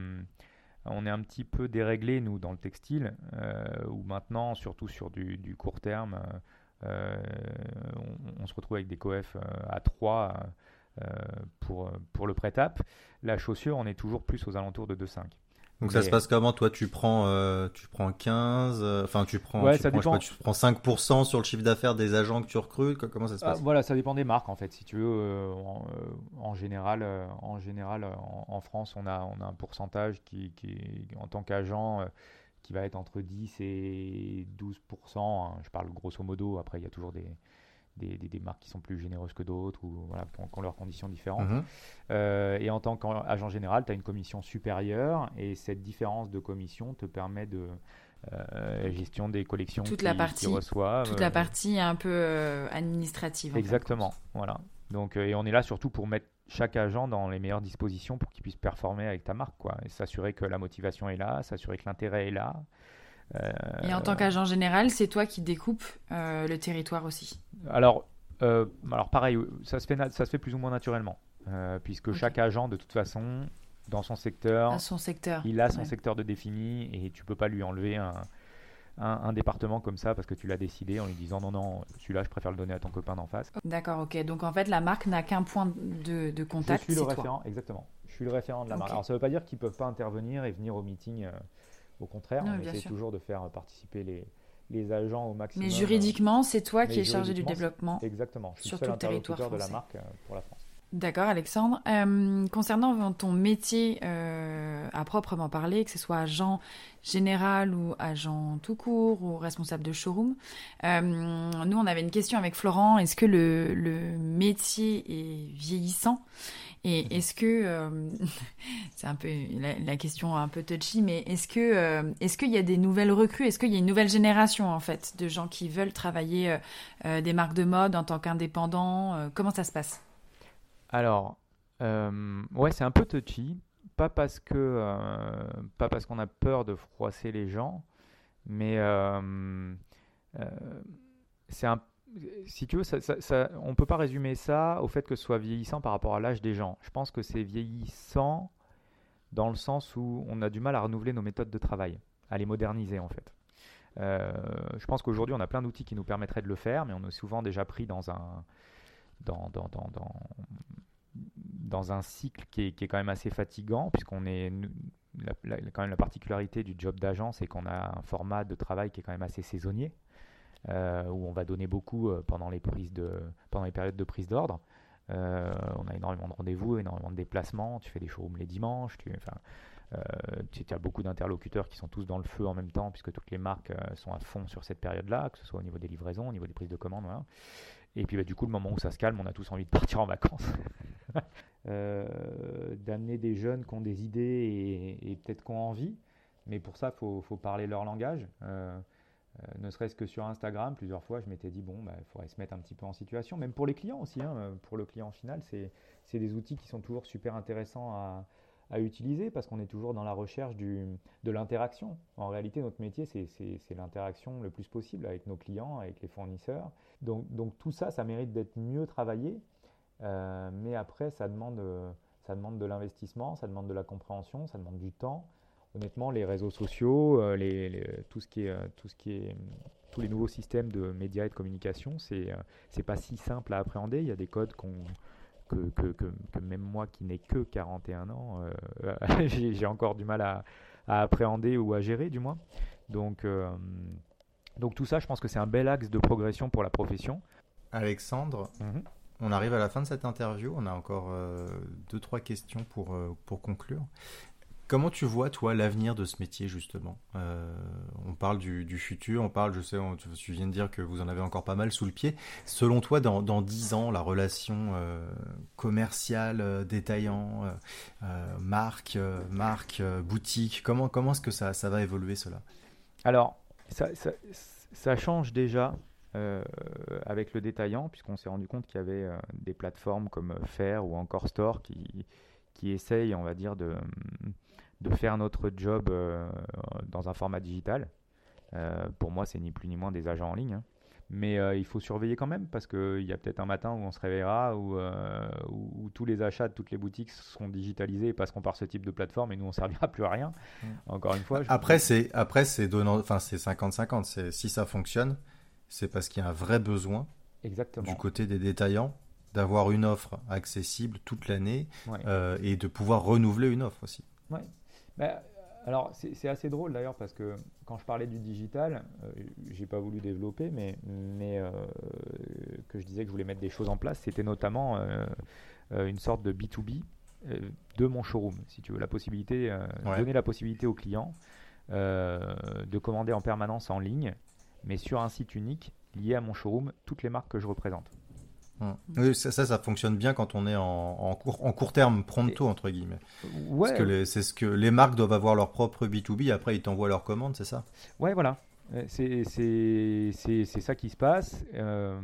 on est un petit peu déréglé nous dans le textile, euh, où maintenant, surtout sur du, du court terme, euh, on, on se retrouve avec des coefs euh, à trois euh, pour, pour le prêt-à-p. La chaussure, on est toujours plus aux alentours de deux virgule cinq. Donc ça Mais- se passe comment? Toi, tu prends, euh, tu prends quinze, euh, enfin tu prends, Ouais, tu, ça prends, je sais dépend. pas, tu prends cinq pour cent sur le chiffre d'affaires des agents que tu recrutes. co- Comment ça se Ah, passe? voilà, ça dépend des marques en fait. Si tu veux, euh, en, euh, en général, euh, en, général euh, en, en France, on a, on a un pourcentage qui, qui en tant qu'agent, euh, qui va être entre dix et douze pour cent, hein. Je parle grosso modo. Après, il y a toujours des, des, des- des marques qui sont plus généreuses que d'autres ou voilà, qui ont, qui ont leurs conditions différentes. Mhm. Euh, et en tant qu'agent général, tu as une commission supérieure et cette différence de commission te permet de euh, gestion des collections Toute qui, la qui partie- reçoivent. Toute la partie un peu euh, administrative. en fin de Exactement, compte. voilà. Donc, euh, et on est là surtout pour mettre chaque agent dans les meilleures dispositions pour qu'il puisse performer avec ta marque, quoi. Et s'assurer que la motivation est là, s'assurer que l'intérêt est là. Euh, Et en tant qu'agent général, c'est toi qui découpes euh, le territoire aussi. alors, euh, alors pareil, ça se fait, na- ça se fait plus ou moins naturellement, euh, puisque Ok. chaque agent, de toute façon, dans son secteur, À son secteur. il a son Ouais. secteur de défini et tu peux pas lui enlever un, un, un département comme ça parce que tu l'as décidé en lui disant non, non, celui-là, je préfère le donner à ton copain d'en face. D'accord, ok. Donc en fait, la marque n'a qu'un point de, de contact, Je suis le c'est toi. référent, exactement. Je suis le référent de la Ok. marque. Alors ça ne veut pas dire qu'ils ne peuvent pas intervenir et venir au meeting. euh, au contraire, Non, on bien essaie sûr. toujours de faire participer les, les agents au maximum. Mais juridiquement, c'est toi mais qui es chargé du juridiquement, développement. euh, Exactement. Je suis sur le seul tout le territoire interlocuteur de la français. marque euh, pour la France. D'accord, Alexandre. Euh, concernant ton métier euh, à proprement parler, que ce soit agent général ou agent tout court ou responsable de showroom, euh, nous, on avait une question avec Florent. Est-ce que le, le métier est vieillissant? Et est-ce que, euh, c'est un peu la, la question un peu touchy, mais est-ce que, euh, est-ce qu'il y a des nouvelles recrues? Est-ce qu'il y a une nouvelle génération en fait de gens qui veulent travailler euh, euh, des marques de mode en tant qu'indépendants? Euh, comment ça se passe? Alors, euh, ouais, c'est un peu touchy. Pas parce que, euh, pas parce qu'on a peur de froisser les gens, mais euh, euh, c'est un si tu veux, ça, ça, ça, on ne peut pas résumer ça au fait que ce soit vieillissant par rapport à l'âge des gens. Je pense que c'est vieillissant dans le sens où on a du mal à renouveler nos méthodes de travail, à les moderniser en fait. Euh, je pense qu'aujourd'hui, on a plein d'outils qui nous permettraient de le faire, mais on est souvent déjà pris dans un, dans, dans, dans, dans, dans un cycle qui est, qui est quand même assez fatigant, puisqu'on est... La, la, quand même la particularité du job d'agent, c'est qu'on a un format de travail qui est quand même assez saisonnier. Euh, où on va donner beaucoup euh, pendant, les prises de, pendant les périodes de prise d'ordre. Euh, on a énormément de rendez-vous, énormément de déplacements, tu fais des showrooms les dimanches, tu, enfin, euh, tu as beaucoup d'interlocuteurs qui sont tous dans le feu en même temps, puisque toutes les marques euh, sont à fond sur cette période-là, que ce soit au niveau des livraisons, au niveau des prises de commandes. Voilà. Et puis bah, du coup, le moment où ça se calme, on a tous envie de partir en vacances. euh, d'amener des jeunes qui ont des idées et, et peut-être qui ont envie, mais pour ça, il faut, faut parler leur langage. Euh, Euh, ne serait-ce que sur Instagram, plusieurs fois, je m'étais dit, bon, bah, il faudrait se mettre un petit peu en situation, même pour les clients aussi, hein, pour le client final, c'est, c'est des outils qui sont toujours super intéressants à, à utiliser parce qu'on est toujours dans la recherche du, de l'interaction. En réalité, notre métier, c'est, c'est, c'est l'interaction le plus possible avec nos clients, avec les fournisseurs. Donc, donc tout ça, ça mérite d'être mieux travaillé, euh, mais après, ça demande, ça demande de l'investissement, ça demande de la compréhension, ça demande du temps. Honnêtement, les réseaux sociaux, euh, les, les, tout ce qui est, euh, tout ce qui est, tous les nouveaux systèmes de médias et de communication, c'est, euh, c'est pas si simple à appréhender. Il y a des codes qu'on, que, que, que, que même moi qui n'ai que quarante et un ans, euh, j'ai, j'ai encore du mal à, à appréhender ou à gérer, du moins. Donc, euh, donc tout ça, je pense que c'est un bel axe de progression pour la profession. Alexandre, Mm-hmm. on arrive à la fin de cette interview. On a encore euh, deux, trois questions pour, euh, pour conclure. Comment tu vois, toi, l'avenir de ce métier, justement? euh, On parle du, du futur, on parle, je sais, on, tu viens de dire que vous en avez encore pas mal sous le pied. Selon toi, dans, dans dix ans, la relation euh, commerciale, euh, détaillant, euh, euh, marque, euh, marque euh, boutique, comment, comment est-ce que ça, ça va évoluer, cela? Alors, ça, ça, ça change déjà euh, avec le détaillant, puisqu'on s'est rendu compte qu'il y avait euh, des plateformes comme Faire ou encore Store qui, qui essayent, on va dire, de, de faire notre job euh, dans un format digital. Euh, pour moi, c'est ni plus ni moins des agents en ligne, hein. Mais euh, il faut surveiller quand même parce qu'il y a peut-être un matin où on se réveillera où, euh, où, où tous les achats de toutes les boutiques seront digitalisés et passeront par ce type de plateforme et nous on ne servira plus à rien. Mmh. Encore une fois. Je après, pense... c'est, après c'est, donnant, enfin, c'est cinquante cinquante. C'est, si ça fonctionne, c'est parce qu'il y a un vrai besoin Exactement. Du côté des détaillants d'avoir une offre accessible toute l'année ouais. euh, et de pouvoir renouveler une offre aussi. Ouais. Bah, alors, c'est, c'est assez drôle d'ailleurs parce que quand je parlais du digital, euh, j'ai pas voulu développer, mais, mais euh, que je disais que je voulais mettre des choses en place, c'était notamment euh, euh, une sorte de B deux B euh, de mon showroom, si tu veux, la possibilité, euh, ouais. donner la possibilité aux clients euh, de commander en permanence en ligne, mais sur un site unique lié à mon showroom, toutes les marques que je représente. Mmh. Oui, ça, ça, ça fonctionne bien quand on est en, en, court, en court terme, pronto, et, entre guillemets. Ouais, Parce que les, c'est ce que les marques doivent avoir leur propre B deux B, après ils t'envoient leurs commandes, c'est ça ? Ouais, voilà. C'est, c'est, c'est, c'est ça qui se passe. Euh,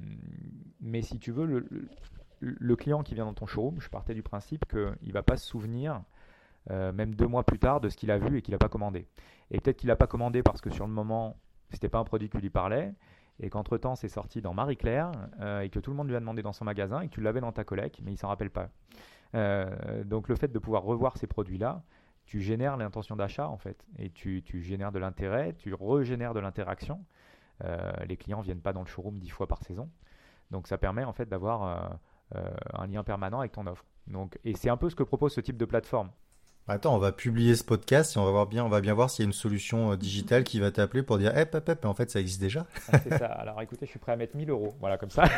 mais si tu veux, le, le, le client qui vient dans ton showroom, je partais du principe qu'il ne va pas se souvenir, euh, même deux mois plus tard, de ce qu'il a vu et qu'il n'a pas commandé. Et peut-être qu'il n'a pas commandé parce que sur le moment, ce n'était pas un produit qui lui parlait. Et qu'entre-temps, c'est sorti dans Marie-Claire euh, et que tout le monde lui a demandé dans son magasin et que tu l'avais dans ta collecte, mais il ne s'en rappelle pas. Euh, donc, le fait de pouvoir revoir ces produits-là, tu génères l'intention d'achat, en fait. Et tu, tu génères de l'intérêt, tu régénères de l'interaction. Euh, les clients ne viennent pas dans le showroom dix fois par saison. Donc, ça permet, en fait, d'avoir euh, euh, un lien permanent avec ton offre. Donc, et c'est un peu ce que propose ce type de plateforme. Attends, on va publier ce podcast et on va voir bien, on va bien voir s'il y a une solution euh, digitale qui va t'appeler pour dire, hep, hep, hep, mais en fait, ça existe déjà. Ah, c'est ça. Alors, écoutez, je suis prêt à mettre mille euros. Voilà, comme ça.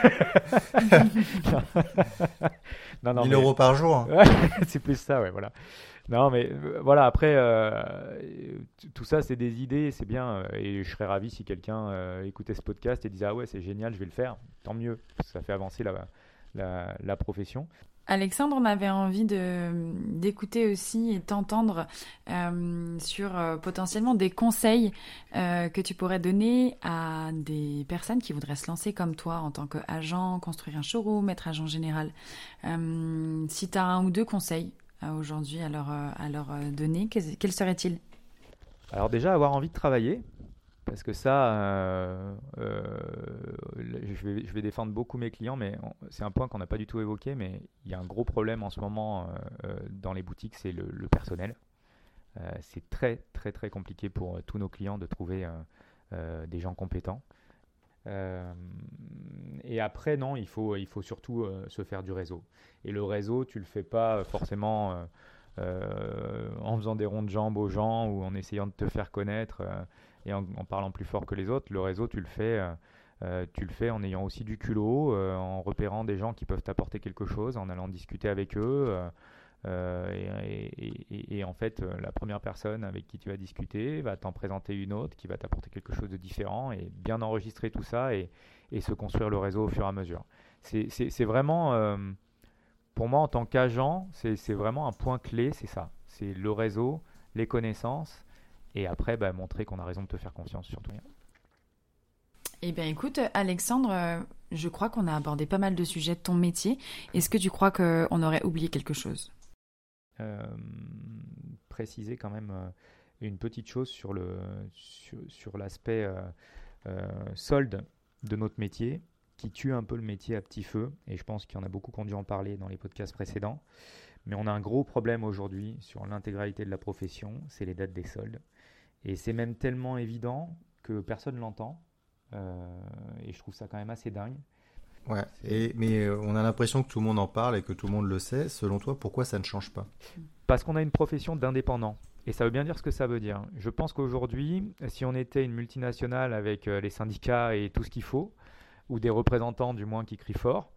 non, non, mille euros par jour. Hein. C'est plus ça, ouais, voilà. Non, mais euh, voilà, après, euh, t- tout ça, c'est des idées, c'est bien. Euh, et je serais ravi si quelqu'un euh, écoutait ce podcast et disait, ah ouais, c'est génial, je vais le faire. Tant mieux, parce que ça fait avancer la, la, la profession. Alexandre, on avait envie de, d'écouter aussi et t'entendre euh, sur euh, potentiellement des conseils euh, que tu pourrais donner à des personnes qui voudraient se lancer comme toi en tant qu'agent, construire un showroom, être agent général. Euh, si tu as un ou deux conseils euh, aujourd'hui à leur, à leur donner, quels, quels seraient-ils ? Alors déjà, avoir envie de travailler. Parce que ça, euh, euh, je, vais, je vais défendre beaucoup mes clients, mais on, c'est un point qu'on n'a pas du tout évoqué, mais il y a un gros problème en ce moment euh, dans les boutiques, c'est le, le personnel. Euh, c'est très, très, très compliqué pour euh, tous nos clients de trouver euh, euh, des gens compétents. Euh, et après, non, il faut, il faut surtout euh, se faire du réseau. Et le réseau, tu ne le fais pas forcément euh, euh, en faisant des ronds de jambes aux gens ou en essayant de te faire connaître. Euh, et en, en parlant plus fort que les autres. Le réseau, tu le fais, euh, tu le fais en ayant aussi du culot, euh, en repérant des gens qui peuvent t'apporter quelque chose, en allant discuter avec eux. Euh, euh, et, et, et, et en fait, la première personne avec qui tu vas discuter va t'en présenter une autre qui va t'apporter quelque chose de différent et bien enregistrer tout ça et, et se construire le réseau au fur et à mesure. C'est, c'est, c'est vraiment, euh, pour moi, en tant qu'agent, c'est, c'est vraiment un point clé, c'est ça. C'est le réseau, les connaissances. Et après, bah, montrer qu'on a raison de te faire confiance, surtout. Eh bien, écoute, Alexandre, euh, je crois qu'on a abordé pas mal de sujets de ton métier. Est-ce que tu crois qu'on aurait oublié quelque chose ? euh, Préciser quand même euh, une petite chose sur, le, sur, sur l'aspect euh, euh, solde de notre métier, qui tue un peu le métier à petit feu. Et je pense qu'il y en a beaucoup qui ont dû en parler dans les podcasts précédents. Mais on a un gros problème aujourd'hui sur l'intégralité de la profession, c'est les dates des soldes. Et c'est même tellement évident que personne ne l'entend. Euh, et je trouve ça quand même assez dingue. Ouais, et, mais on a l'impression que tout le monde en parle et que tout le monde le sait. Selon toi, pourquoi ça ne change pas ? Parce qu'on a une profession d'indépendant. Et ça veut bien dire ce que ça veut dire. Je pense qu'aujourd'hui, si on était une multinationale avec les syndicats et tout ce qu'il faut, ou des représentants du moins qui crient fort,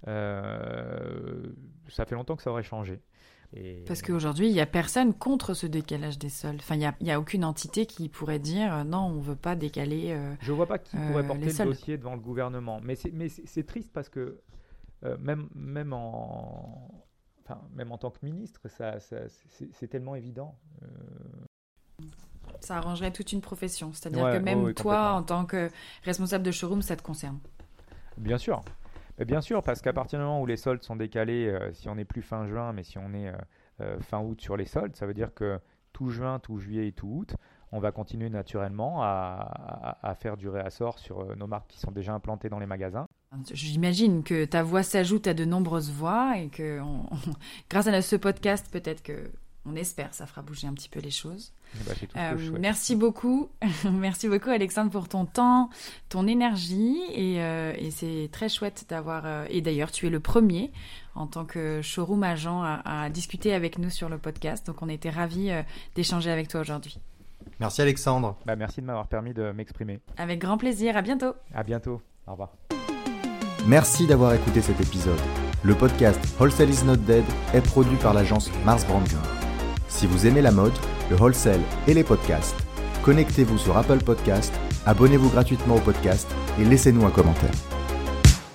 euh, ça fait longtemps que ça aurait changé. Et... Parce qu'aujourd'hui, il n'y a personne contre ce décalage des soldes. Enfin, il n'y a, y a aucune entité qui pourrait dire euh, non, on ne veut pas décaler euh, Je ne vois pas qui pourrait euh, porter le dossier devant le gouvernement. Mais c'est, mais c'est, c'est triste parce que euh, même, même, en, enfin, même en tant que ministre, ça, ça, c'est, c'est tellement évident. Euh... Ça arrangerait toute une profession. C'est-à-dire Ouais, que même ouais, ouais, toi, complètement. en tant que responsable de showroom, ça te concerne. Bien sûr. Mais bien sûr, parce qu'à partir du moment où les soldes sont décalés, euh, si on n'est plus fin juin, mais si on est euh, euh, fin août sur les soldes, ça veut dire que tout juin, tout juillet et tout août, on va continuer naturellement à, à- à faire du réassort sur euh, nos marques qui sont déjà implantées dans les magasins. J'imagine que ta voix s'ajoute à de nombreuses voix et que on- on- grâce à ce podcast, peut-être que on espère, ça fera bouger un petit peu les choses. Et bah, c'est tout ce Euh, que je souhaite. merci beaucoup, merci beaucoup Alexandre pour ton temps, ton énergie et, euh, et c'est très chouette d'avoir. euh, et d'ailleurs, tu es le premier en tant que showroom agent à, à discuter avec nous sur le podcast. Donc, on était ravis euh, d'échanger avec toi aujourd'hui. Merci Alexandre. Bah, merci de m'avoir permis de m'exprimer. Avec grand plaisir. À bientôt. À bientôt. Au revoir. Merci d'avoir écouté cet épisode. Le podcast Wholesale is not dead est produit par l'agence Mars Branding. Si vous aimez la mode, le wholesale et les podcasts, connectez-vous sur Apple Podcasts, abonnez-vous gratuitement au podcast et laissez-nous un commentaire.